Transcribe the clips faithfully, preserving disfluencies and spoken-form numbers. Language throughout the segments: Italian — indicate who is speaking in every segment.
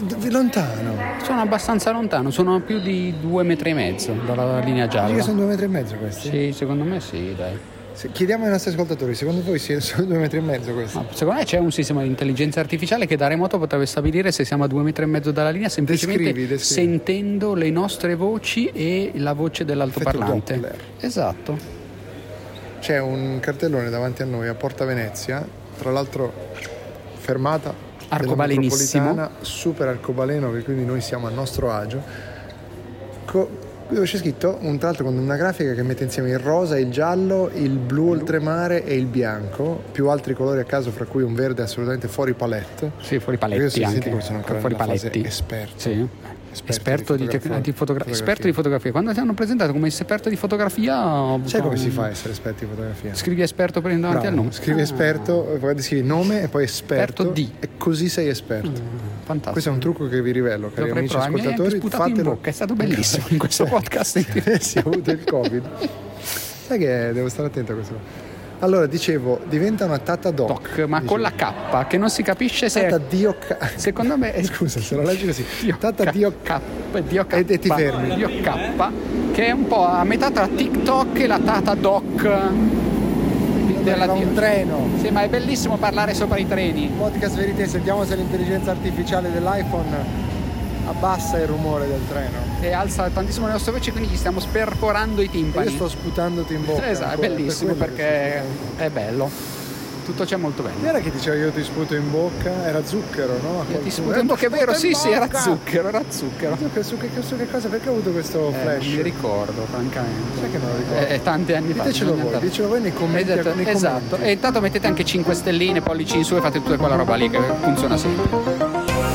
Speaker 1: Lontano.
Speaker 2: Sono abbastanza lontano, sono più di due metri e mezzo dalla linea gialla.
Speaker 1: Che sono due metri e mezzo questi?
Speaker 2: Sì, secondo me sì, dai.
Speaker 1: Se, chiediamo ai nostri ascoltatori, secondo voi sono due metri e mezzo questi?
Speaker 2: Ma secondo me c'è un sistema di intelligenza artificiale che da remoto potrebbe stabilire se siamo a due metri e mezzo dalla linea semplicemente
Speaker 1: descrivi, descrivi.
Speaker 2: sentendo le nostre voci e la voce dell'altoparlante.
Speaker 1: Effetto Doppler.
Speaker 2: Esatto.
Speaker 1: C'è un cartellone davanti a noi a Porta Venezia, tra l'altro fermata
Speaker 2: arcobalenissimo,
Speaker 1: super arcobaleno, che quindi noi siamo a nostro agio, Co- dove c'è scritto, un, tra l'altro con una grafica che mette insieme il rosa, il giallo, il blu oltremare e il bianco, più altri colori a caso, fra cui un verde assolutamente fuori palette.
Speaker 2: Sì, fuori paletti anche,
Speaker 1: sono ancora
Speaker 2: fuori paletti.
Speaker 1: Esperto.
Speaker 2: Sì.
Speaker 1: Esperto,
Speaker 2: esperto, di,
Speaker 1: di,
Speaker 2: te- di, fotogra-
Speaker 1: fotografia.
Speaker 2: esperto di fotografia. Quando ti hanno presentato come esperto di fotografia,
Speaker 1: sai come si fa a essere esperti di fotografia?
Speaker 2: Scrivi esperto per davanti
Speaker 1: Bravo,
Speaker 2: al nome.
Speaker 1: Scrivi
Speaker 2: ah.
Speaker 1: esperto, poi scrivi nome e poi esperto,
Speaker 2: esperto di.
Speaker 1: E così sei esperto.
Speaker 2: Mm, fantastico.
Speaker 1: Questo è un trucco che vi rivelo, cari amici
Speaker 2: provare.
Speaker 1: ascoltatori.
Speaker 2: Fatelo in bocca, è stato bellissimo in questo podcast.
Speaker 1: Si è avuto il Covid. Sai che devo stare attento a questo. Allora, dicevo, diventa una tata doc,
Speaker 2: doc ma
Speaker 1: dicevo.
Speaker 2: Con la K, che non si capisce se
Speaker 1: tata
Speaker 2: è...
Speaker 1: dio K.
Speaker 2: Secondo me è...
Speaker 1: Scusa, se lo leggi così.
Speaker 2: Dio
Speaker 1: tata
Speaker 2: K,
Speaker 1: dio
Speaker 2: K, Dio K,
Speaker 1: e, e ti fermi.
Speaker 2: Dio K, che è un po' a metà tra TikTok e la tata doc della
Speaker 1: Dio. Un treno.
Speaker 2: Sì, ma è bellissimo parlare sopra i treni.
Speaker 1: Podcast Verité, sentiamo se l'intelligenza artificiale dell'iPhone abbassa il rumore del treno
Speaker 2: e alza tantissimo le nostre voci, quindi gli stiamo sperporando i timpani.
Speaker 1: E io sto sputandoti in bocca.
Speaker 2: Esatto,
Speaker 1: ancora,
Speaker 2: è bellissimo
Speaker 1: per
Speaker 2: perché è bello. Tutto c'è molto bello.
Speaker 1: Non era che diceva io ti sputo in bocca? Era zucchero, no?
Speaker 2: Io ti sputo in bocca, è vero? Sì, sì, era zucchero, era zucchero.
Speaker 1: Zucchero, su che, su che cosa? Perché ho avuto questo
Speaker 2: eh,
Speaker 1: flash?
Speaker 2: Non mi ricordo, francamente.
Speaker 1: Sai che non lo ricordo?
Speaker 2: È, è tanti anni fa.
Speaker 1: Ditecelo voi, ditecelo voi nei commenti.
Speaker 2: Esatto,
Speaker 1: nei
Speaker 2: esatto.
Speaker 1: commenti.
Speaker 2: E intanto mettete anche cinque stelline, pollici in su e fate tutta quella roba lì che funziona sempre.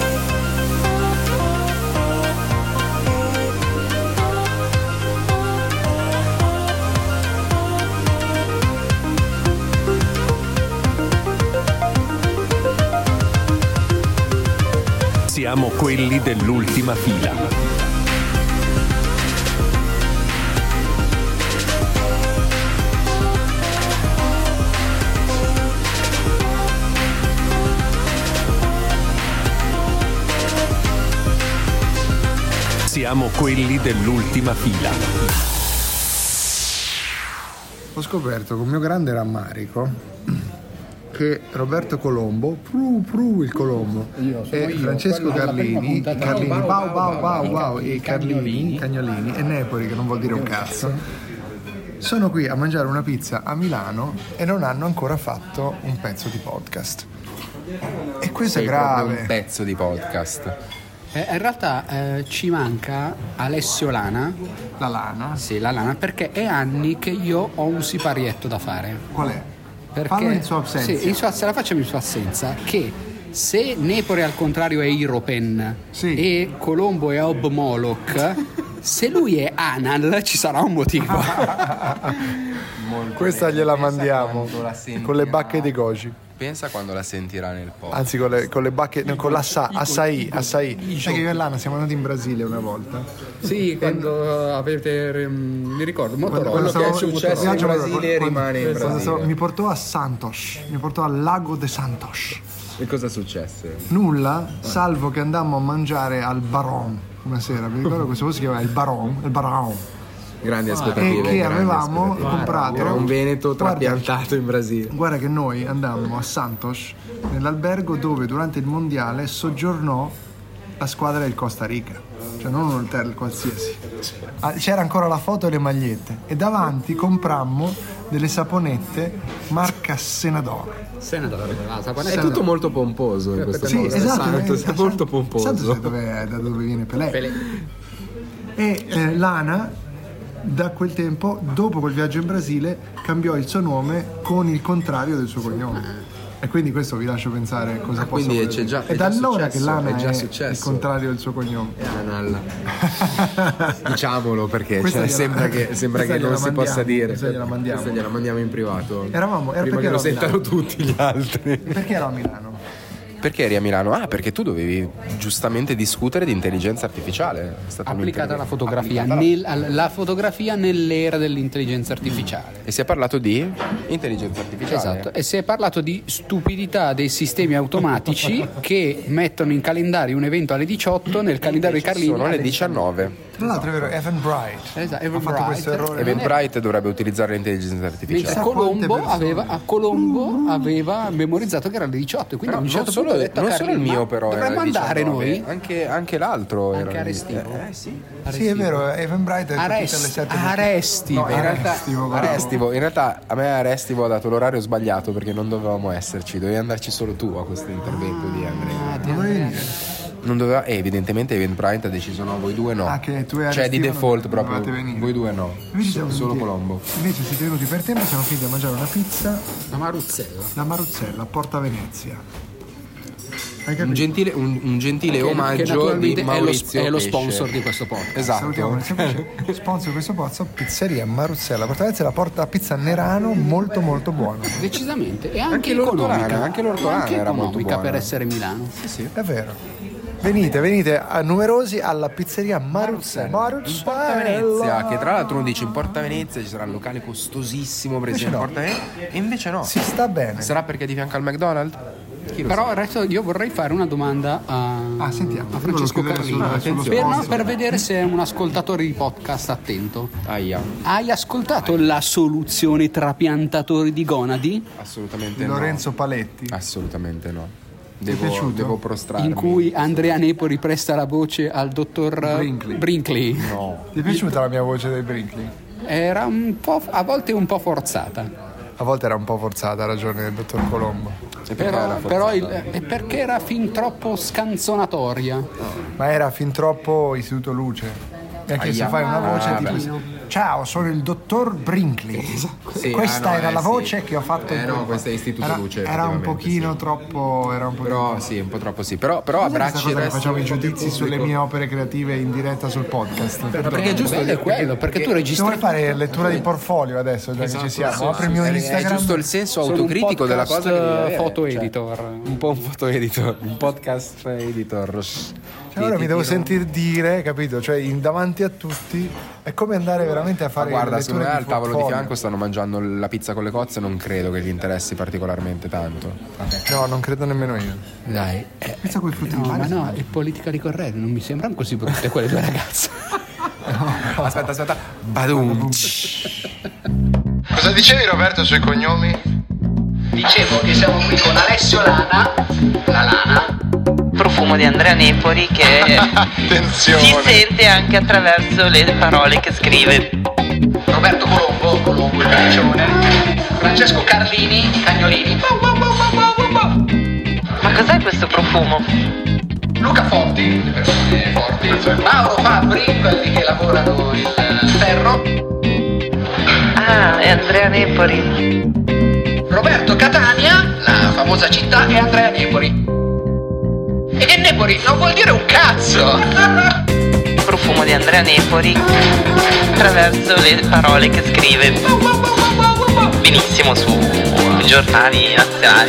Speaker 3: Siamo quelli dell'ultima fila. Siamo quelli dell'ultima fila.
Speaker 1: Ho scoperto con mio grande rammarico che Roberto Colombo, pru pru il Colombo,
Speaker 2: io,
Speaker 1: e
Speaker 2: io,
Speaker 1: Francesco Carlini, Carlini,
Speaker 2: Bau,
Speaker 1: Bau
Speaker 2: Bau,
Speaker 1: Bau Bau
Speaker 2: Bau,
Speaker 1: Bau e Carlini, Cagnolini e Nepoli, che non vuol dire un cazzo, sono qui a mangiare una pizza a Milano e non hanno ancora fatto un pezzo di podcast. E questo
Speaker 4: Sei
Speaker 1: è grave.
Speaker 4: un pezzo di podcast.
Speaker 2: Eh, in realtà eh, ci manca Alessio Lana.
Speaker 1: La lana?
Speaker 2: Sì, la Lana, perché è anni che io ho un siparietto da fare.
Speaker 1: Qual è?
Speaker 2: Perché,
Speaker 1: Fallo in sua assenza.
Speaker 2: Sì, in sua, se la facciamo in sua assenza, che se Nepore al contrario è Iropen,
Speaker 1: sì,
Speaker 2: e Colombo è Ob Moloch, se lui è Anal ci sarà un motivo.
Speaker 1: Questa gliela mandiamo con le bacche di Goji.
Speaker 4: Pensa quando la sentirà nel podcast.
Speaker 1: Anzi, con le, con le bacche, no, con l'assa, açaí, açaí. Sai che io e Lana siamo andati in Brasile una volta.
Speaker 2: Sì, quando avete, mi ricordo, Motorola.
Speaker 4: Quello che è
Speaker 1: stavo-
Speaker 4: successo in
Speaker 1: viaggio-
Speaker 4: Brasile
Speaker 1: quando-
Speaker 4: rimane in
Speaker 1: quando
Speaker 4: Brasile.
Speaker 1: stavo- mi portò a Santos, mi portò al lago de Santos.
Speaker 4: E cosa successe?
Speaker 1: Nulla, salvo che andammo a mangiare al Baron una sera. Mi ricordo questo posto si chiama il Baron, il Baron.
Speaker 4: Grandi
Speaker 1: E
Speaker 4: aspettative.
Speaker 1: che
Speaker 4: grandi
Speaker 1: avevamo
Speaker 4: aspettative.
Speaker 1: comprato.
Speaker 4: Era un veneto
Speaker 1: Guarda,
Speaker 4: trapiantato in Brasile.
Speaker 1: Guarda che noi andammo a Santos, nell'albergo dove durante il mondiale soggiornò la squadra del Costa Rica, cioè non un hotel qualsiasi. Ah, c'era ancora la foto e le magliette e davanti comprammo delle saponette marca Senador.
Speaker 2: Senatore, la
Speaker 4: È
Speaker 2: saponetta.
Speaker 4: tutto molto pomposo in questo
Speaker 1: Sì,
Speaker 4: posto.
Speaker 1: esatto,
Speaker 4: Santos
Speaker 1: eh,
Speaker 4: è molto
Speaker 1: San-
Speaker 4: pomposo.
Speaker 1: Santos è dove, da dove viene Pelé.
Speaker 2: Pelé.
Speaker 1: E eh, Lana da quel tempo, dopo quel viaggio in Brasile, cambiò il suo nome con il contrario del suo cognome. E quindi questo vi lascio pensare cosa
Speaker 4: Ah,
Speaker 1: possa
Speaker 4: quindi
Speaker 1: voler
Speaker 4: c'è
Speaker 1: dire.
Speaker 4: già-
Speaker 1: È
Speaker 4: è
Speaker 1: da
Speaker 4: già
Speaker 1: allora
Speaker 4: successo,
Speaker 1: che Lana
Speaker 4: è
Speaker 1: è,
Speaker 4: già
Speaker 1: il
Speaker 4: successo.
Speaker 1: contrario del suo cognome.
Speaker 4: È Anal. Diciamolo perché
Speaker 1: Questa
Speaker 4: cioè,
Speaker 1: gliela-
Speaker 4: sembra che, sembra
Speaker 1: questa
Speaker 4: che non
Speaker 1: gliela
Speaker 4: si
Speaker 1: mandiamo,
Speaker 4: possa dire.
Speaker 1: questa gliela mandiamo.
Speaker 4: Questa gliela mandiamo in privato.
Speaker 1: Eravamo, era
Speaker 4: prima
Speaker 1: perché
Speaker 4: che lo
Speaker 1: ero a
Speaker 4: sentano
Speaker 1: Milano.
Speaker 4: tutti gli altri.
Speaker 1: Perché ero a Milano?
Speaker 4: perché eri a Milano? Ah, perché tu dovevi giustamente discutere di intelligenza artificiale. È stato un
Speaker 2: Applicata alla
Speaker 4: intervento.
Speaker 2: fotografia,
Speaker 4: Applicata
Speaker 2: nel, al- la fotografia nell'era dell'intelligenza artificiale.
Speaker 4: E si è parlato di intelligenza artificiale.
Speaker 2: Esatto, e si è parlato di stupidità dei sistemi automatici che mettono in calendario un evento alle diciotto, nel calendario di Carlini
Speaker 4: Sono le
Speaker 2: alle
Speaker 4: diciannove.
Speaker 1: Tra l'altro è vero, Evan Bright
Speaker 2: Esatto,
Speaker 1: ha fatto questo errore.
Speaker 4: Eventbrite dovrebbe utilizzare l'intelligenza
Speaker 2: Mentre
Speaker 4: artificiale.
Speaker 2: Colombo
Speaker 1: quante persone-
Speaker 2: aveva, a Colombo aveva memorizzato che era alle diciotto e quindi
Speaker 4: Però
Speaker 2: a un
Speaker 4: non
Speaker 2: certo
Speaker 4: solo,
Speaker 2: punto ho detto a
Speaker 4: non solo il
Speaker 2: Carlini,
Speaker 4: mio
Speaker 2: ma
Speaker 4: però era
Speaker 2: dovremmo
Speaker 4: alle
Speaker 2: andare
Speaker 4: diciannove.
Speaker 2: noi
Speaker 4: Anche, anche l'altro
Speaker 2: anche
Speaker 4: era
Speaker 2: a
Speaker 4: lì.
Speaker 2: Restivo
Speaker 4: Eh, sì.
Speaker 1: Sì, è vero, Evan Bright è tutte alle
Speaker 2: Arest,
Speaker 1: sette.
Speaker 2: Arestivo
Speaker 4: No, in realtà,
Speaker 1: Arestivo, guarda.
Speaker 4: Arestivo, in realtà a me Arestivo ha dato l'orario sbagliato perché non dovevamo esserci, dovevi andarci solo tu a questo intervento di Andrea.
Speaker 1: Non volevi venire?
Speaker 4: Non doveva, e evidentemente Eventbrite ha deciso no, voi due no.
Speaker 1: Ah, che tu e
Speaker 4: cioè di
Speaker 1: Arestivo
Speaker 4: default
Speaker 1: non
Speaker 4: proprio
Speaker 1: dovevate venire.
Speaker 4: voi due no.
Speaker 1: Invece
Speaker 4: So-
Speaker 1: siamo
Speaker 4: solo
Speaker 1: venuti-
Speaker 4: Colombo.
Speaker 1: Invece siete venuti per tempo, siamo finiti a mangiare una pizza
Speaker 2: La Maruzzella.
Speaker 1: da Maruzzella a Porta Venezia. Hai
Speaker 4: Un
Speaker 1: capito?
Speaker 4: gentile, un, un gentile
Speaker 2: Che- che
Speaker 4: omaggio di
Speaker 2: naturalmente è lo,
Speaker 4: Maurizio
Speaker 2: è lo
Speaker 4: Pesce.
Speaker 2: sponsor di questo podcast.
Speaker 4: Esatto.
Speaker 1: Salutiamo il semplice sponsor di questo pozzo, pizzeria Maruzzella. Porta Venezia, la porta a pizza Nerano, molto molto buona.
Speaker 2: Decisamente. E anche,
Speaker 4: Anche l'ortolana,
Speaker 2: economica.
Speaker 4: anche l'ortolana
Speaker 2: Anche
Speaker 4: era molto
Speaker 2: economica
Speaker 4: buona.
Speaker 2: per essere Milano.
Speaker 1: È vero. Venite, venite a numerosi alla pizzeria Maruzzella.
Speaker 4: In Porta Venezia,
Speaker 1: Maruzzella.
Speaker 4: che tra l'altro uno dice in Porta Venezia ci sarà un locale costosissimo preso in
Speaker 1: Invece no.
Speaker 4: Porta Venezia e invece no.
Speaker 1: Si sta bene.
Speaker 4: Sarà perché è di fianco al McDonald's? Chi lo
Speaker 2: Però adesso io vorrei fare una domanda a,
Speaker 1: Ah, sentiamo.
Speaker 2: a
Speaker 1: Io
Speaker 2: Francesco
Speaker 1: volevo chiudere
Speaker 2: Carlini
Speaker 1: sul- sullo
Speaker 2: per, no,
Speaker 1: sponsor.
Speaker 2: per vedere se è un ascoltatore di podcast attento.
Speaker 4: sa? Aia,
Speaker 2: Hai ascoltato la soluzione trapiantatori di gonadi
Speaker 4: assolutamente
Speaker 1: Lorenzo Paletti.
Speaker 4: no. Assolutamente no.
Speaker 1: è
Speaker 4: Devo,
Speaker 1: piaciuto?
Speaker 4: devo prostrarmi.
Speaker 2: in cui Andrea Nepori presta la voce al dottor
Speaker 1: Brinkley.
Speaker 2: Brinkley.
Speaker 4: No.
Speaker 1: Ti è piaciuta la mia voce dei Brinkley?
Speaker 2: Era un po', a volte un po' forzata.
Speaker 1: A volte era un po' forzata, ha ragione il dottor Colombo.
Speaker 4: E perché
Speaker 2: Però,
Speaker 4: era
Speaker 2: però il-
Speaker 4: forzata?
Speaker 2: è perché era fin troppo scanzonatoria.
Speaker 1: Ma era fin troppo istituto luce. E anche se
Speaker 4: Aia.
Speaker 1: fai una voce
Speaker 4: Ah,
Speaker 1: tipo
Speaker 4: beh.
Speaker 1: ciao, sono il dottor Brinkley.
Speaker 4: Sì,
Speaker 1: Questa
Speaker 4: ah, no,
Speaker 1: era
Speaker 4: eh,
Speaker 1: la
Speaker 4: sì.
Speaker 1: voce che ho fatto.
Speaker 4: Eh,
Speaker 1: in
Speaker 4: no,
Speaker 1: quel-
Speaker 4: questo è Istituto
Speaker 1: era,
Speaker 4: Luce,
Speaker 1: Era un
Speaker 4: effettivamente,
Speaker 1: pochino
Speaker 4: sì.
Speaker 1: troppo. Era un po'
Speaker 4: Però sì, un po' troppo sì. Però, però
Speaker 1: Questa
Speaker 4: abbracci
Speaker 1: cosa
Speaker 4: il
Speaker 1: che
Speaker 4: resto
Speaker 1: facciamo i
Speaker 4: del
Speaker 1: giudizi sulle
Speaker 4: pubblico.
Speaker 1: mie opere creative in diretta sul podcast.
Speaker 2: Perché è giusto
Speaker 4: bello
Speaker 2: è quello, perché tu
Speaker 1: Se
Speaker 2: registri
Speaker 1: vuoi fare lettura di portfolio adesso, già
Speaker 4: Esatto,
Speaker 1: che ci siamo,
Speaker 4: sì,
Speaker 1: apri il mio
Speaker 4: sì. È
Speaker 1: Instagram.
Speaker 4: giusto il senso
Speaker 2: Sono un
Speaker 4: autocritico della
Speaker 2: podcast,
Speaker 4: cosa che devi avere,
Speaker 2: photo
Speaker 4: cioè,
Speaker 2: editor.
Speaker 4: un po' un foto editor, un podcast editor.
Speaker 1: Cioè, ora mi devo sentire dire, capito? Cioè, in- davanti a tutti è come andare veramente a
Speaker 4: Ma
Speaker 1: fare
Speaker 4: guarda,
Speaker 1: letture
Speaker 4: secondo me
Speaker 1: di
Speaker 4: al tavolo di
Speaker 1: portfolio.
Speaker 4: fianco stanno mangiando la pizza con le cozze, non credo che gli interessi particolarmente tanto.
Speaker 1: No, non credo nemmeno io.
Speaker 2: Dai, eh,
Speaker 1: Pizza con i frutti
Speaker 2: no,
Speaker 1: di
Speaker 2: ma
Speaker 1: mare.
Speaker 2: no, è politically correct, non mi sembrano così brutte quelle due ragazze.
Speaker 4: Aspetta, aspetta. Badum.
Speaker 1: Cosa dicevi, Roberto, sui cognomi?
Speaker 5: Dicevo che siamo qui con Alessio Lana, la Lana, profumo di Andrea Nepori che
Speaker 1: Attenzione.
Speaker 5: si sente anche attraverso le parole che scrive. Roberto Colombo, Colombo il cagcione, Francesco Carlini, i cagnolini. Ma cos'è questo profumo? Luca Forti, le persone forti, Mauro Fabbri, quelli che lavorano il ferro. Ah, è Andrea Nepori. Roberto Catania, la famosa città, e Andrea Nepori. E Nepori non vuol dire un cazzo! Profumo di Andrea Nepori attraverso le parole che scrive benissimo su giornali nazionali.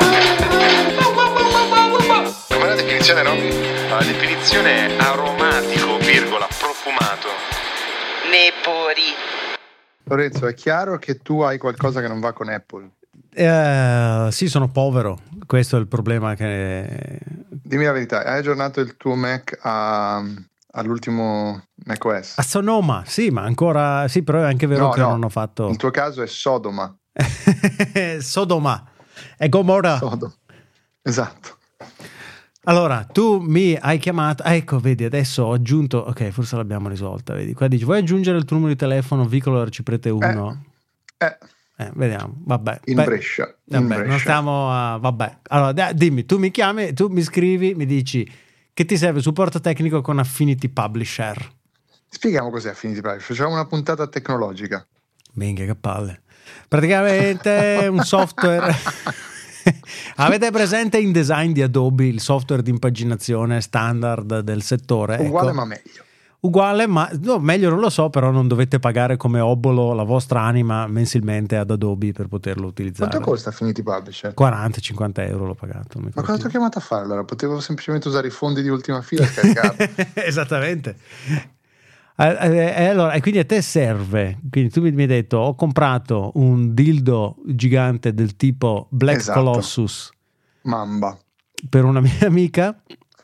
Speaker 1: Com'è la definizione, Roby?
Speaker 6: La definizione è aromatico, virgola, profumato.
Speaker 5: Nepori.
Speaker 1: Lorenzo, è chiaro che tu hai qualcosa che non va con Apple.
Speaker 7: Eh, sì, sono povero. Questo è il problema che...
Speaker 1: Dimmi la verità, hai aggiornato il tuo Mac a- all'ultimo macOS?
Speaker 7: A Sonoma, sì, ma ancora... Sì, però è anche vero
Speaker 1: No,
Speaker 7: che
Speaker 1: no,
Speaker 7: non ho fatto...
Speaker 1: Il tuo caso è Sodoma.
Speaker 7: Sodoma e Gomorra.
Speaker 1: Sodoma. Esatto.
Speaker 7: Allora, tu mi hai chiamato, ah, ecco, vedi, adesso ho aggiunto, ok, forse l'abbiamo risolta, vedi, qua dici, vuoi aggiungere il tuo numero di telefono, vicolo Arciprete uno?
Speaker 1: Eh,
Speaker 7: Eh, vediamo, vabbè.
Speaker 1: in
Speaker 7: Beh,
Speaker 1: Brescia. In
Speaker 7: Vabbè, non
Speaker 1: Brescia.
Speaker 7: stiamo a... Vabbè, allora, da- dimmi, tu mi chiami, tu mi scrivi, mi dici che ti serve supporto tecnico con Affinity Publisher.
Speaker 1: Spieghiamo cos'è Affinity Publisher. Facciamo una puntata tecnologica.
Speaker 7: Minchia, che palle. Praticamente un software... Avete presente InDesign di Adobe, il software di impaginazione standard del settore?
Speaker 1: Uguale
Speaker 7: Ecco.
Speaker 1: ma meglio.
Speaker 7: Uguale, ma no, meglio non lo so, però non dovete pagare come obolo la vostra anima mensilmente ad Adobe per poterlo utilizzare.
Speaker 1: Quanto costa Affinity Publisher?
Speaker 7: quaranta cinquanta euro l'ho pagato.
Speaker 1: Ma cosa ti ho chiamato a fare allora? Potevo semplicemente usare i fondi di Ultima Fila e scaricarli.
Speaker 7: Esattamente. E allora, e quindi a te serve, quindi tu mi hai detto ho comprato un dildo gigante del tipo Black
Speaker 1: Esatto.
Speaker 7: Colossus
Speaker 1: Mamba.
Speaker 7: per una mia amica.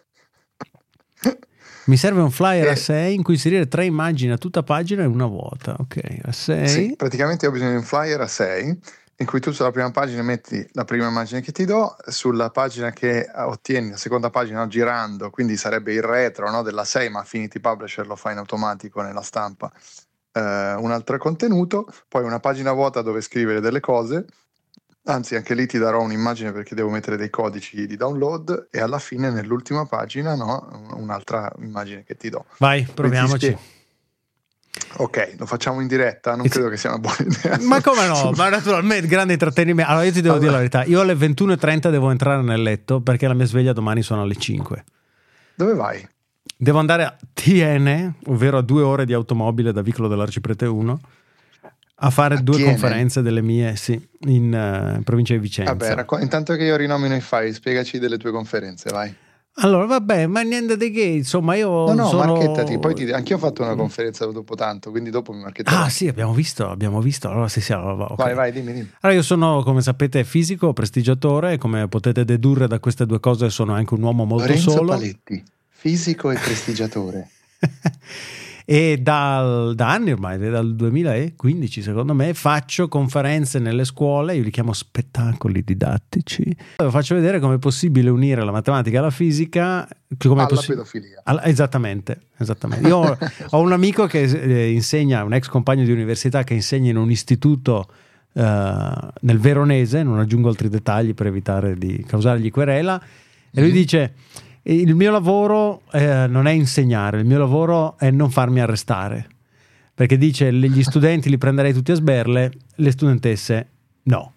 Speaker 7: Mi serve un flyer
Speaker 1: Eh.
Speaker 7: a sei in cui inserire tre immagini a tutta pagina e una vuota. Ok, a sei.
Speaker 1: Sì, praticamente ho bisogno di un flyer a sei in cui tu sulla prima pagina metti la prima immagine che ti do, sulla pagina che ottieni, la seconda pagina no, girando, quindi sarebbe il retro, no, della sei, ma Affinity Publisher lo fa in automatico nella stampa, eh, un altro contenuto, poi una pagina vuota dove scrivere delle cose, anzi anche lì ti darò un'immagine perché devo mettere dei codici di download e alla fine nell'ultima pagina no, un'altra immagine che ti do.
Speaker 7: Vai, proviamoci.
Speaker 1: Quindi, ok, lo facciamo in diretta, non credo che sia una buona idea.
Speaker 7: Ma come no? Ma naturalmente, grande intrattenimento. Allora io ti devo
Speaker 1: Allora.
Speaker 7: dire la verità, io alle ventuno e trenta devo entrare nel letto perché la mia sveglia domani sono alle cinque.
Speaker 1: Dove vai?
Speaker 7: Devo andare a T N, ovvero a due ore di automobile da Vicolo dell'Arciprete uno, a fare
Speaker 1: A
Speaker 7: due
Speaker 1: Tiene?
Speaker 7: conferenze delle mie, sì, in uh, provincia di Vicenza.
Speaker 1: Vabbè, racco- intanto che io rinomino i file, spiegaci delle tue conferenze, vai.
Speaker 7: Allora, vabbè, ma niente di che, insomma, io
Speaker 1: No, no,
Speaker 7: sono...
Speaker 1: marchettati, poi ti... anch'io ho fatto una conferenza dopo tanto, quindi dopo mi marchetterò.
Speaker 7: Ah, sì, abbiamo visto, abbiamo visto. Allora, sì, sì, allora, ok.
Speaker 1: Vai, vai, dimmi, dimmi.
Speaker 7: Allora, io sono, come sapete, fisico, prestigiatore, e come potete dedurre da queste due cose sono anche un uomo molto
Speaker 1: Lorenzo
Speaker 7: solo.
Speaker 1: Paletti, fisico e prestigiatore.
Speaker 7: E dal, da anni ormai, dal duemilaquindici secondo me, faccio conferenze nelle scuole, io li chiamo spettacoli didattici. Faccio vedere come è possibile unire la matematica e la fisica. Come
Speaker 1: Alla
Speaker 7: possi-
Speaker 1: pedofilia.
Speaker 7: Alla- esattamente, esattamente. Io ho, ho un amico che eh, insegna, un ex compagno di università che insegna in un istituto eh, nel Veronese, non aggiungo altri dettagli per evitare di causargli querela, e lui dice: il mio lavoro eh, non è insegnare, il mio lavoro è non farmi arrestare, perché dice gli studenti li prenderei tutti a sberle, le studentesse no.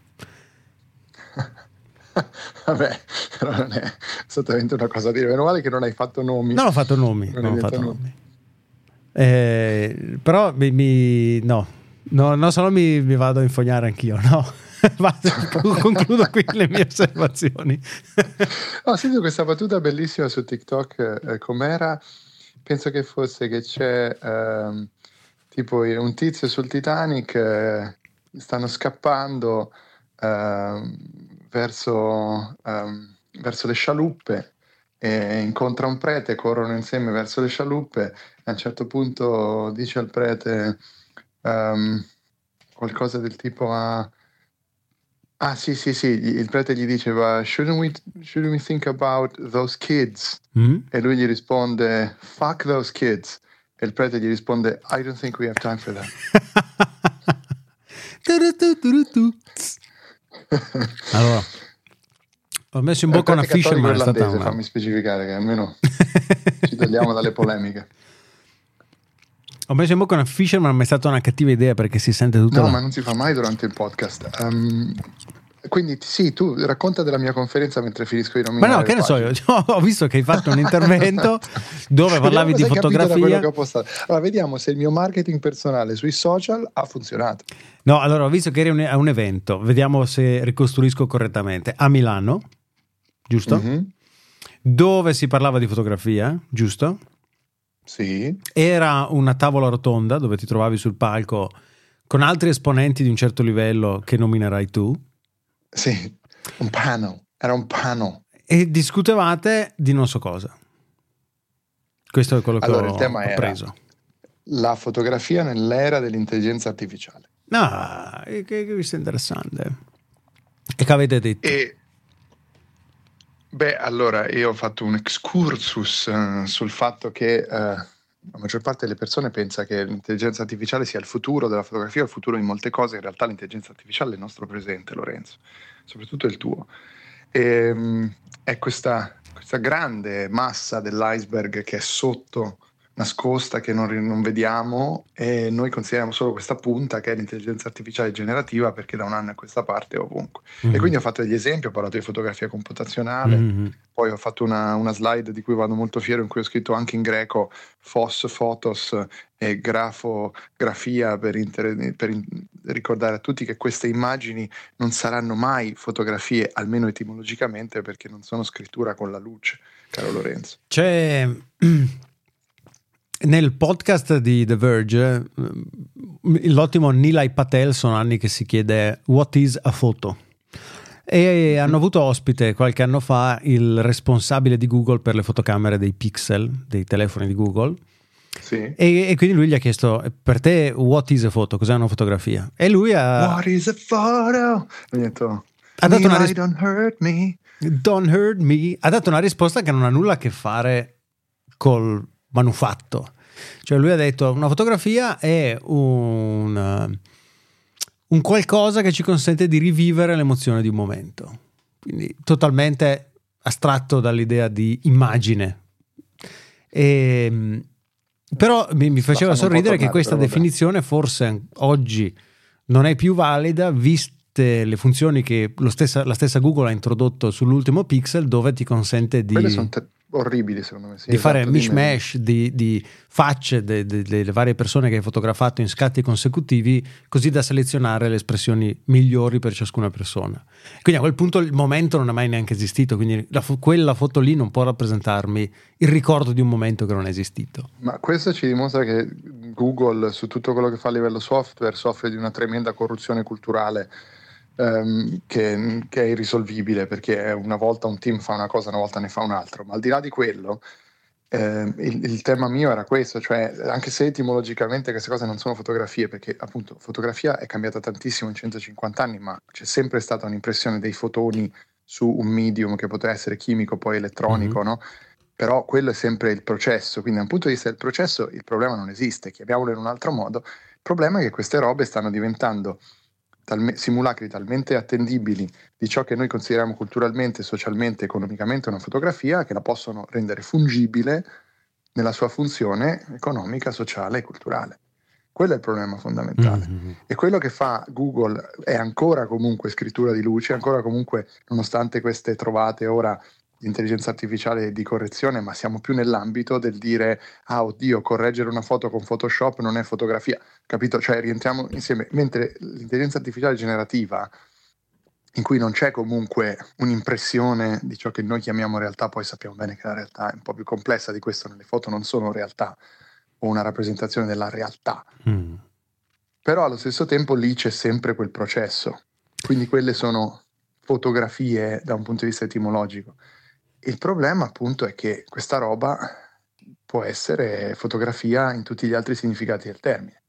Speaker 1: Vabbè, però non è esattamente una cosa da dire. Meno male che non hai fatto nomi.
Speaker 7: Non ho fatto nomi,
Speaker 1: Non
Speaker 7: non
Speaker 1: hai
Speaker 7: ho fatto
Speaker 1: detto
Speaker 7: nomi. Eh, però mi, mi- no, no, no, se no mi, mi vado a infognare anch'io, no. Vado, concludo qui le mie osservazioni.
Speaker 1: Ho sentito questa battuta bellissima su TikTok, eh, com'era? Penso che fosse che c'è ehm, tipo un tizio sul Titanic, eh, stanno scappando ehm, verso, ehm, verso le scialuppe e incontra un prete, corrono insieme verso le scialuppe e a un certo punto dice al prete ehm, qualcosa del tipo a... Ah sì sì sì, il prete gli diceva shouldn't we, shouldn't we think about those kids?
Speaker 7: Mm?
Speaker 1: E lui gli risponde fuck those kids e il prete gli risponde I don't think we have time for that.
Speaker 7: Allora, ho messo in
Speaker 1: Il
Speaker 7: bocca una
Speaker 1: prete cattolico
Speaker 7: Fisherman, è stata
Speaker 1: irlandese,
Speaker 7: una...
Speaker 1: fammi specificare che almeno ci togliamo dalle polemiche.
Speaker 7: Ho messo in bocca una Fisherman, ma è stata una cattiva idea perché si sente tutto.
Speaker 1: No,
Speaker 7: là.
Speaker 1: ma non si fa mai durante il podcast. Um, quindi sì, tu racconta della mia conferenza mentre finisco di
Speaker 7: Ma
Speaker 1: nominare
Speaker 7: no, che
Speaker 1: le
Speaker 7: ne so io,
Speaker 1: pagine.
Speaker 7: ho visto che hai fatto un intervento dove parlavi
Speaker 1: Vediamo
Speaker 7: di
Speaker 1: se hai capito da quello
Speaker 7: fotografia.
Speaker 1: che ho postato. Allora, vediamo se il mio marketing personale sui social ha funzionato.
Speaker 7: No, allora ho visto che eri un- a un evento, vediamo se ricostruisco correttamente, a Milano, giusto?
Speaker 1: Mhm.
Speaker 7: Dove si parlava di fotografia, giusto?
Speaker 1: Sì,
Speaker 7: Era una tavola rotonda dove ti trovavi sul palco con altri esponenti di un certo livello che nominerai tu
Speaker 1: sì, un panel, era un panel.
Speaker 7: e discutevate di non so cosa. Questo è quello che
Speaker 1: Allora,
Speaker 7: ho,
Speaker 1: il tema
Speaker 7: ho
Speaker 1: era
Speaker 7: preso.
Speaker 1: la fotografia nell'era dell'intelligenza artificiale.
Speaker 7: Ah, che, che questo è interessante. E che avete detto?
Speaker 1: E beh, allora io ho fatto un excursus eh, sul fatto che eh, la maggior parte delle persone pensa che l'intelligenza artificiale sia il futuro della fotografia, il futuro di molte cose. In realtà l'intelligenza artificiale è il nostro presente, Lorenzo, soprattutto il tuo. E, mh, è questa, questa grande massa dell'iceberg che è sotto nascosta che non, non vediamo, e noi consideriamo solo questa punta che è l'intelligenza artificiale generativa, perché da un anno a questa parte è ovunque. Mm-hmm. E quindi ho fatto degli esempi, ho parlato di fotografia computazionale, mm-hmm. poi ho fatto una, una slide di cui vado molto fiero, in cui ho scritto anche in greco phos, photos e grafografia, per, inter- per in- ricordare a tutti che queste immagini non saranno mai fotografie, almeno etimologicamente, perché non sono scrittura con la luce, caro Lorenzo.
Speaker 7: C'è nel podcast di The Verge l'ottimo Nilay Patel, sono anni che si chiede what is a photo, e hanno avuto ospite qualche anno fa il responsabile di Google per le fotocamere dei pixel, dei telefoni di Google.
Speaker 1: Sì.
Speaker 7: E, e quindi lui gli ha chiesto: per te what is a photo? Cos'è una fotografia? E lui ha
Speaker 1: what is a photo? Ha detto,
Speaker 7: ha dato una ris-
Speaker 1: don't hurt me.
Speaker 7: Don't hurt me. Ha dato una risposta che non ha nulla a che fare col manufatto. Cioè lui ha detto: una fotografia è un, un qualcosa che ci consente di rivivere l'emozione di un momento, quindi totalmente astratto dall'idea di immagine. E però mi, mi faceva sorridere che questa definizione forse oggi non è più valida, viste le funzioni che lo stessa, la stessa Google ha introdotto sull'ultimo Pixel, dove ti consente di,
Speaker 1: quelle sono te- orribili secondo me, sì,
Speaker 7: di
Speaker 1: esatto,
Speaker 7: fare mishmash di, di facce de, de, delle varie persone che hai fotografato in scatti consecutivi, così da selezionare le espressioni migliori per ciascuna persona. Quindi a quel punto il momento non è mai neanche esistito, quindi la, quella foto lì non può rappresentarmi il ricordo di un momento che non è esistito.
Speaker 1: Ma questo ci dimostra che Google, su tutto quello che fa a livello software, soffre di una tremenda corruzione culturale, Um, che, che è irrisolvibile, perché una volta un team fa una cosa, una volta ne fa un altro. Ma al di là di quello, eh, il, il tema mio era questo, cioè anche se etimologicamente queste cose non sono fotografie, perché appunto fotografia è cambiata tantissimo in centocinquanta anni, ma c'è sempre stata un'impressione dei fotoni su un medium che poteva essere chimico, poi elettronico, mm-hmm. no? Però quello è sempre il processo, quindi da un punto di vista del processo il problema non esiste, chiamiamolo in un altro modo. Il problema è che queste robe stanno diventando Talme- simulacri talmente attendibili di ciò che noi consideriamo culturalmente, socialmente, economicamente una fotografia, che la possono rendere fungibile nella sua funzione economica, sociale e culturale. Quello è il problema fondamentale. Mm-hmm. E quello che fa Google è ancora comunque scrittura di luce, ancora comunque, nonostante queste trovate ora di intelligenza artificiale di correzione, ma siamo più nell'ambito del dire ah oddio, correggere una foto con Photoshop non è fotografia, capito? Cioè rientriamo insieme, mentre l'intelligenza artificiale generativa, in cui non c'è comunque un'impressione di ciò che noi chiamiamo realtà, poi sappiamo bene che la realtà è un po' più complessa di questo, nelle foto non sono realtà o una rappresentazione della realtà, mm. però allo stesso tempo lì c'è sempre quel processo, quindi quelle sono fotografie da un punto di vista etimologico. Il problema appunto è che questa roba può essere fotografia in tutti gli altri significati del termine,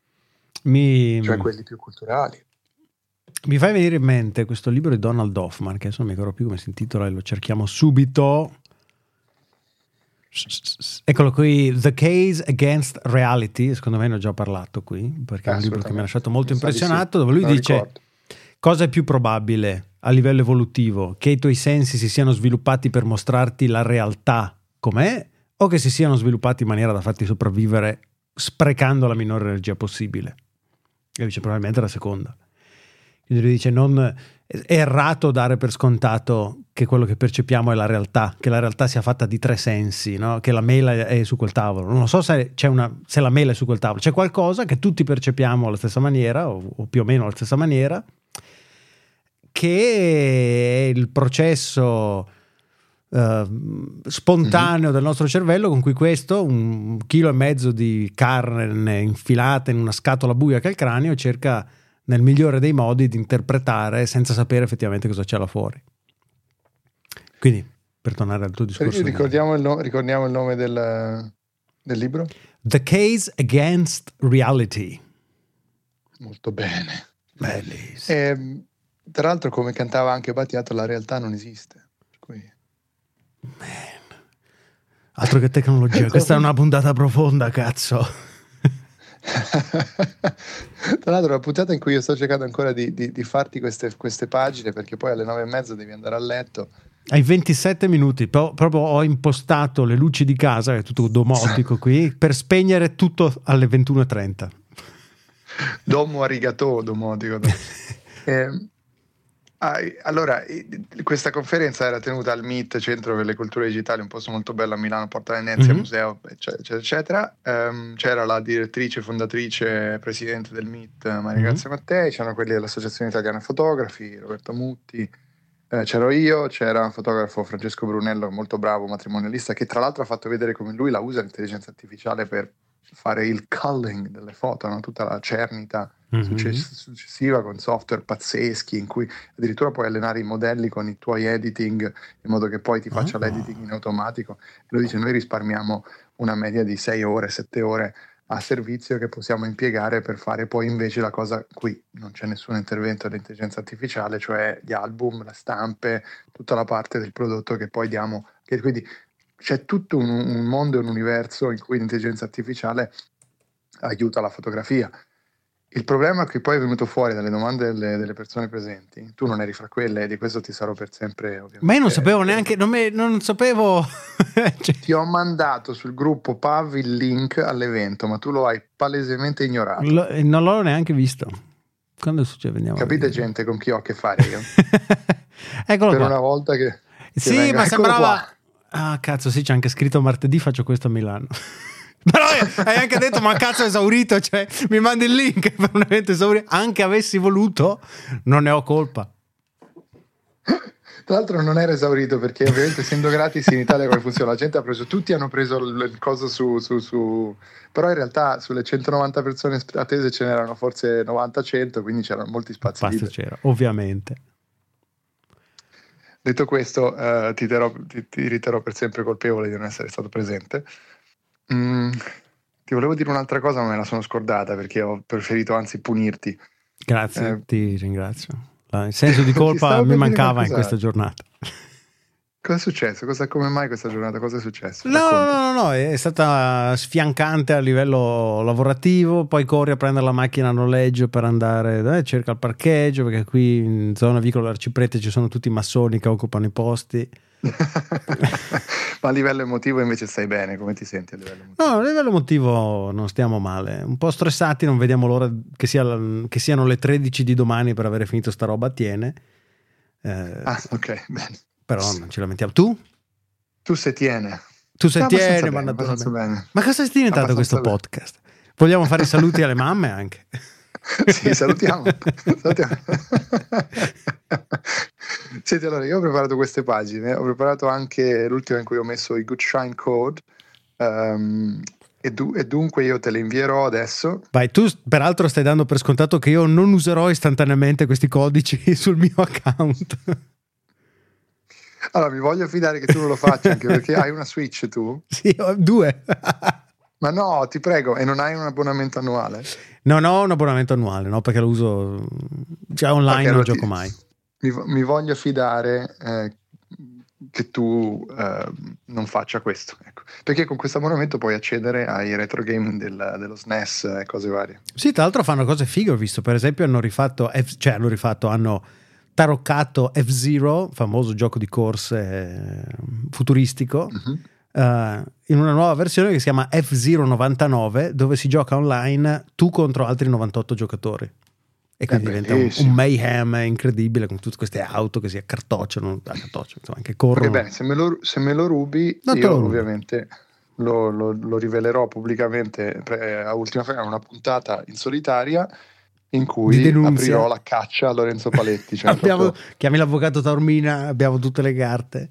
Speaker 7: mi...
Speaker 1: cioè quelli più culturali.
Speaker 7: Mi fai venire in mente questo libro di Donald Hoffman, che adesso non mi ricordo più come si intitola e lo cerchiamo subito. Eccolo qui, The Case Against Reality, secondo me ne ho già parlato qui, perché è un libro che mi ha lasciato molto impressionato, dove lui dice ricordo. Cosa è più probabile a livello evolutivo, che i tuoi sensi si siano sviluppati per mostrarti la realtà com'è, o che si siano sviluppati in maniera da farti sopravvivere sprecando la minore energia possibile? E dice probabilmente la seconda. Quindi lui dice non è errato dare per scontato che quello che percepiamo è la realtà, che la realtà sia fatta di tre sensi, no? Che la mela è su quel tavolo. Non so se c'è una se la mela è su quel tavolo, c'è qualcosa che tutti percepiamo alla stessa maniera o, o più o meno alla stessa maniera, che è il processo uh, spontaneo mm-hmm. del nostro cervello, con cui questo, un chilo e mezzo di carne infilata in una scatola buia che è il cranio, cerca nel migliore dei modi di interpretare senza sapere effettivamente cosa c'è là fuori. Quindi, per tornare al tuo discorso,
Speaker 1: ricordiamo il, no- ricordiamo il nome del, del libro?
Speaker 7: The Case Against Reality.
Speaker 1: Molto bene.
Speaker 7: Bellissimo.
Speaker 1: E, tra l'altro, come cantava anche Battiato, la realtà non esiste. Qui.
Speaker 7: Man. Altro che tecnologia. Questa è una puntata profonda, cazzo.
Speaker 1: Tra l'altro, la puntata in cui io sto cercando ancora di, di, di farti queste, queste pagine, perché poi alle nove e mezza devi andare a letto.
Speaker 7: Ai ventisette minuti pro- proprio ho impostato le luci di casa, che è tutto domotico qui, per spegnere tutto alle ventuno e trenta.
Speaker 1: Domo arigato, domotico. eh, ah, allora, questa conferenza era tenuta al M I T, Centro per le Culture Digitali, un posto molto bello a Milano, Porta Venezia, mm-hmm. museo, eccetera, eccetera. Um, c'era la direttrice, fondatrice, presidente del M I T, Maria mm-hmm. Grazia Mattei, c'erano quelli dell'Associazione Italiana Fotografi, Roberto Mutti, eh, c'ero io, c'era un fotografo, Francesco Brunello, molto bravo, matrimonialista, che tra l'altro ha fatto vedere come lui la usa l'intelligenza artificiale per fare il culling delle foto, no? Tutta la cernita mm-hmm. success- successiva con software pazzeschi in cui addirittura puoi allenare i modelli con i tuoi editing in modo che poi ti faccia oh. l'editing in automatico. E lui dice: noi risparmiamo una media di sei ore, sette ore a servizio che possiamo impiegare per fare poi invece la cosa qui non c'è nessun intervento dell'intelligenza artificiale, cioè gli album, le stampe, tutta la parte del prodotto che poi diamo, che quindi c'è tutto un, un mondo e un universo in cui l'intelligenza artificiale aiuta la fotografia. Il problema che poi è venuto fuori dalle domande delle, delle persone presenti, tu non eri fra quelle e di questo ti sarò per sempre ovviamente.
Speaker 7: Ma io non sapevo neanche, non, me, non sapevo
Speaker 1: cioè. Ti ho mandato sul gruppo Pav il link all'evento, ma tu lo hai palesemente ignorato.
Speaker 7: Lo, non l'ho neanche visto. Quando succede? Veniamo
Speaker 1: Capite gente con chi ho a che fare io?
Speaker 7: Eccolo
Speaker 1: per
Speaker 7: qua.
Speaker 1: Una volta che, che
Speaker 7: sì,
Speaker 1: venga,
Speaker 7: ma sembrava
Speaker 1: qua.
Speaker 7: Ah cazzo, sì, c'è anche scritto martedì faccio questo a Milano. Però hai anche detto ma cazzo è esaurito, cioè mi mandi il link per un evento esaurito. Anche avessi voluto non ne ho colpa.
Speaker 1: Tra l'altro non era esaurito perché ovviamente essendo gratis in Italia come funziona, la gente ha preso, tutti hanno preso il coso su, su, su però in realtà sulle centonovanta persone attese ce n'erano forse novanta cento, quindi c'erano molti spazi
Speaker 7: Spazio
Speaker 1: liberi.
Speaker 7: C'era, ovviamente.
Speaker 1: Detto questo, uh, ti, terrò, ti, ti riterrò per sempre colpevole di non essere stato presente. Mm, ti volevo dire un'altra cosa ma me la sono scordata perché ho preferito anzi punirti.
Speaker 7: Grazie,
Speaker 1: eh,
Speaker 7: ti ringrazio. Il senso di colpa mi mancava in questa giornata.
Speaker 1: Cosa è successo? Cosa, come mai questa giornata? Cosa è successo?
Speaker 7: No, no, no, no, è stata sfiancante a livello lavorativo, poi corri a prendere la macchina a noleggio per andare, eh, cerca il parcheggio, perché qui in zona Vicolo Arciprete ci sono tutti i massoni che occupano i posti.
Speaker 1: Ma a livello emotivo invece stai bene? Come ti senti a livello emotivo?
Speaker 7: No, a livello emotivo non stiamo male, un po' stressati, non vediamo l'ora che, sia, che siano le tredici di domani per avere finito sta roba a Tiene. Eh,
Speaker 1: ah, ok, bene.
Speaker 7: Però non ci lamentiamo. Tu?
Speaker 1: Tu sei Tiene.
Speaker 7: Tu sei Tiene,
Speaker 1: bene,
Speaker 7: ma,
Speaker 1: bene.
Speaker 7: ma cosa è diventato questo bene. podcast? Vogliamo fare i saluti alle mamme anche?
Speaker 1: Sì, salutiamo. salutiamo. Senti, allora io ho preparato queste pagine, ho preparato anche l'ultima in cui ho messo i Good Shine Code um, e, du- e dunque io te le invierò adesso.
Speaker 7: Vai, tu peraltro stai dando per scontato che io non userò istantaneamente questi codici sul mio account.
Speaker 1: Allora mi voglio fidare che tu non lo faccia anche perché hai una Switch tu?
Speaker 7: Sì, ho due.
Speaker 1: Ma no, ti prego, e non hai un abbonamento annuale?
Speaker 7: No, no, un abbonamento annuale, no, perché lo uso già online, okay, non allora gioco ti, mai.
Speaker 1: Mi, mi voglio fidare eh, che tu eh, non faccia questo, ecco. Perché con questo abbonamento puoi accedere ai retro game del, dello S N E S e cose varie.
Speaker 7: Sì, tra l'altro fanno cose fighe, ho visto, per esempio hanno rifatto, F, cioè hanno rifatto, hanno taroccato F-Zero, famoso gioco di corse futuristico, uh-huh. Uh, in una nuova versione che si chiama F-Zero novantanove, dove si gioca online tu contro altri novantotto giocatori e quindi diventa un, un mayhem incredibile con tutte queste auto che si accartocciano, accartocciano insomma, anche corrono.
Speaker 1: Okay, bene, se me lo, se me lo rubi non io lo ovviamente lo, lo, lo rivelerò pubblicamente pre, a ultima fine, una puntata in solitaria in cui aprirò la caccia a Lorenzo Paletti. Cioè
Speaker 7: abbiamo,
Speaker 1: proprio...
Speaker 7: Chiami l'avvocato Taormina, abbiamo tutte le carte.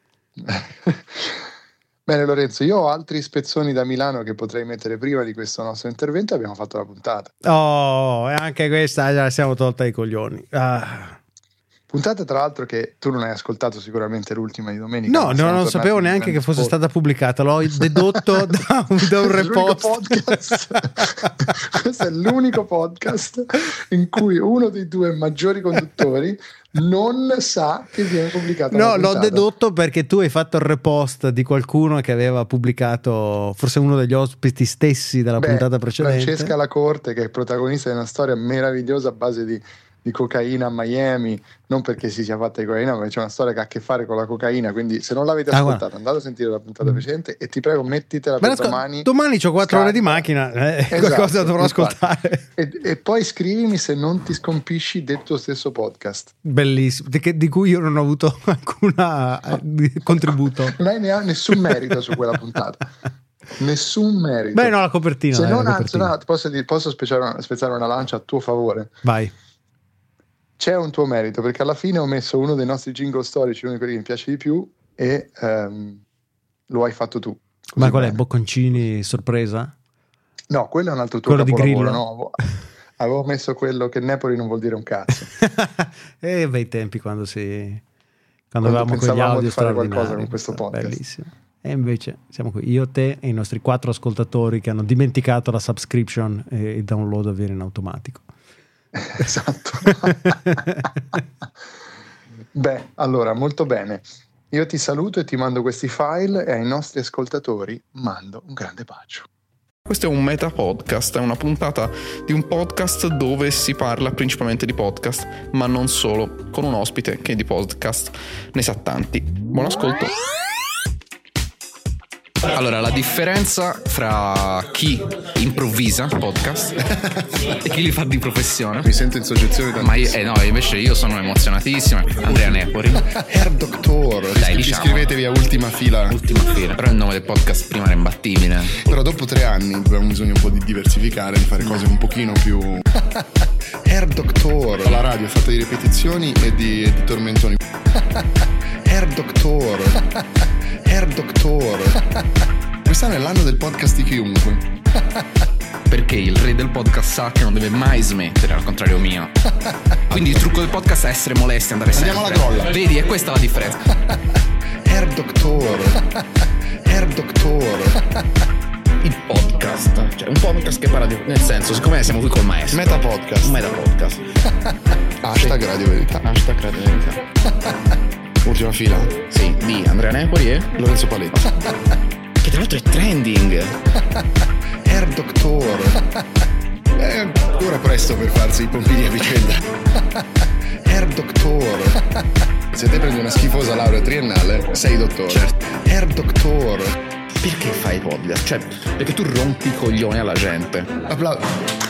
Speaker 1: Bene Lorenzo, io ho altri spezzoni da Milano che potrei mettere prima di questo nostro intervento e abbiamo fatto la puntata.
Speaker 7: Oh, e anche questa già la siamo tolta ai coglioni. Ah.
Speaker 1: Puntata tra l'altro che tu non hai ascoltato sicuramente l'ultima di domenica.
Speaker 7: No, no non sapevo neanche che fosse sport. stata pubblicata, l'ho dedotto da un, da un repost.
Speaker 1: Questo è l'unico podcast in cui uno dei due maggiori conduttori non sa che viene pubblicata.
Speaker 7: No, l'ho dedotto perché tu hai fatto il repost di qualcuno che aveva pubblicato, forse uno degli ospiti stessi della Beh, puntata precedente.
Speaker 1: Francesca Lacorte, che è protagonista di una storia meravigliosa a base di di cocaina a Miami, non perché si sia fatta di cocaina, ma c'è una storia che ha a che fare con la cocaina, quindi se non l'avete
Speaker 7: Ah,
Speaker 1: ascoltata
Speaker 7: guarda.
Speaker 1: andate a sentire la puntata precedente e ti prego mettitela
Speaker 7: Me
Speaker 1: per
Speaker 7: la ascol-
Speaker 1: domani.
Speaker 7: domani c'ho quattro ore di
Speaker 1: Scarica.
Speaker 7: macchina, eh,
Speaker 1: Esatto,
Speaker 7: qualcosa dovrò
Speaker 1: infatti.
Speaker 7: ascoltare.
Speaker 1: E, e poi scrivimi se non ti scompisci del tuo stesso podcast.
Speaker 7: Bellissimo, di, che- di cui io non ho avuto alcuna eh, di- contributo.
Speaker 1: Lei ne ha nessun merito su quella puntata. Nessun merito.
Speaker 7: Beh, no, la copertina.
Speaker 1: Se
Speaker 7: dai,
Speaker 1: non
Speaker 7: la
Speaker 1: anzi,
Speaker 7: copertina.
Speaker 1: no, ti posso, dire, posso spezzare una, spezzare una lancia a tuo favore.
Speaker 7: Vai.
Speaker 1: C'è un tuo merito, perché alla fine ho messo uno dei nostri jingle storici, uno di quelli che mi piace di più, e ehm, lo hai fatto tu. Così
Speaker 7: Ma qual è?
Speaker 1: bene.
Speaker 7: Bocconcini sorpresa?
Speaker 1: No, quello è un altro tuo
Speaker 7: Quello di
Speaker 1: capolavoro.
Speaker 7: Grillo?
Speaker 1: No, avevo- avevo messo quello che Napoli non vuol dire un cazzo.
Speaker 7: E bei tempi quando si
Speaker 1: Quando
Speaker 7: quando avevamo quegli
Speaker 1: pensavamo
Speaker 7: audio
Speaker 1: di fare
Speaker 7: straordinari.
Speaker 1: qualcosa con questo podcast.
Speaker 7: Bellissimo. E invece siamo qui, io, te e i nostri quattro ascoltatori che hanno dimenticato la subscription e il download avviene in automatico.
Speaker 1: Esatto. Beh, allora, molto bene. Io ti saluto e ti mando questi file e ai nostri ascoltatori mando un grande bacio.
Speaker 8: Questo è un meta podcast, è una puntata di un podcast dove si parla principalmente di podcast, ma non solo, con un ospite che di podcast ne sa tanti. Buon ascolto. Allora, la differenza fra chi improvvisa podcast e chi li fa di professione.
Speaker 9: Mi sento in soggezione da
Speaker 8: Ma io, eh no, invece io sono emozionatissimo. Andrea Nepori.
Speaker 9: Hair Doctor.
Speaker 8: Dai, diciamo.
Speaker 9: Iscrivetevi a Ultima Fila.
Speaker 8: Ultima fila. Però il nome del podcast prima era imbattibile.
Speaker 9: Però dopo tre anni abbiamo bisogno un po' di diversificare, di fare cose un pochino più. Hair Doctor. La radio è fatta di ripetizioni e di, e di tormentoni. Hair Doctor. Hair Doctor. Quest'anno è l'anno del podcast di chiunque.
Speaker 8: Perché il re del podcast sa che non deve mai smettere, al contrario mio. Quindi il trucco del podcast è essere molesti, andare sempre.
Speaker 9: Andiamo alla grolla.
Speaker 8: Vedi, è questa la differenza.
Speaker 9: Hair Doctor. Hair Doctor.
Speaker 8: Il podcast, cioè un podcast che parla di... Nel senso, siccome siamo qui col maestro.
Speaker 9: Meta podcast.
Speaker 8: Un meta podcast.
Speaker 9: Hashtag Radio Verità.
Speaker 8: Hashtag Radio Verità.
Speaker 9: Ultima Fila.
Speaker 8: Sì, di Andrea Nepori e...
Speaker 9: Lorenzo Paletti.
Speaker 8: Che tra l'altro è trending.
Speaker 9: Hair Doctor. È ancora presto per farsi i pompini a vicenda. Hair Doctor. Se te prendi una schifosa laurea triennale, sei dottore.
Speaker 8: Certo.
Speaker 9: Hair Doctor.
Speaker 8: Perché fai podcast? Cioè, perché tu rompi i coglioni alla gente.
Speaker 9: Applauso.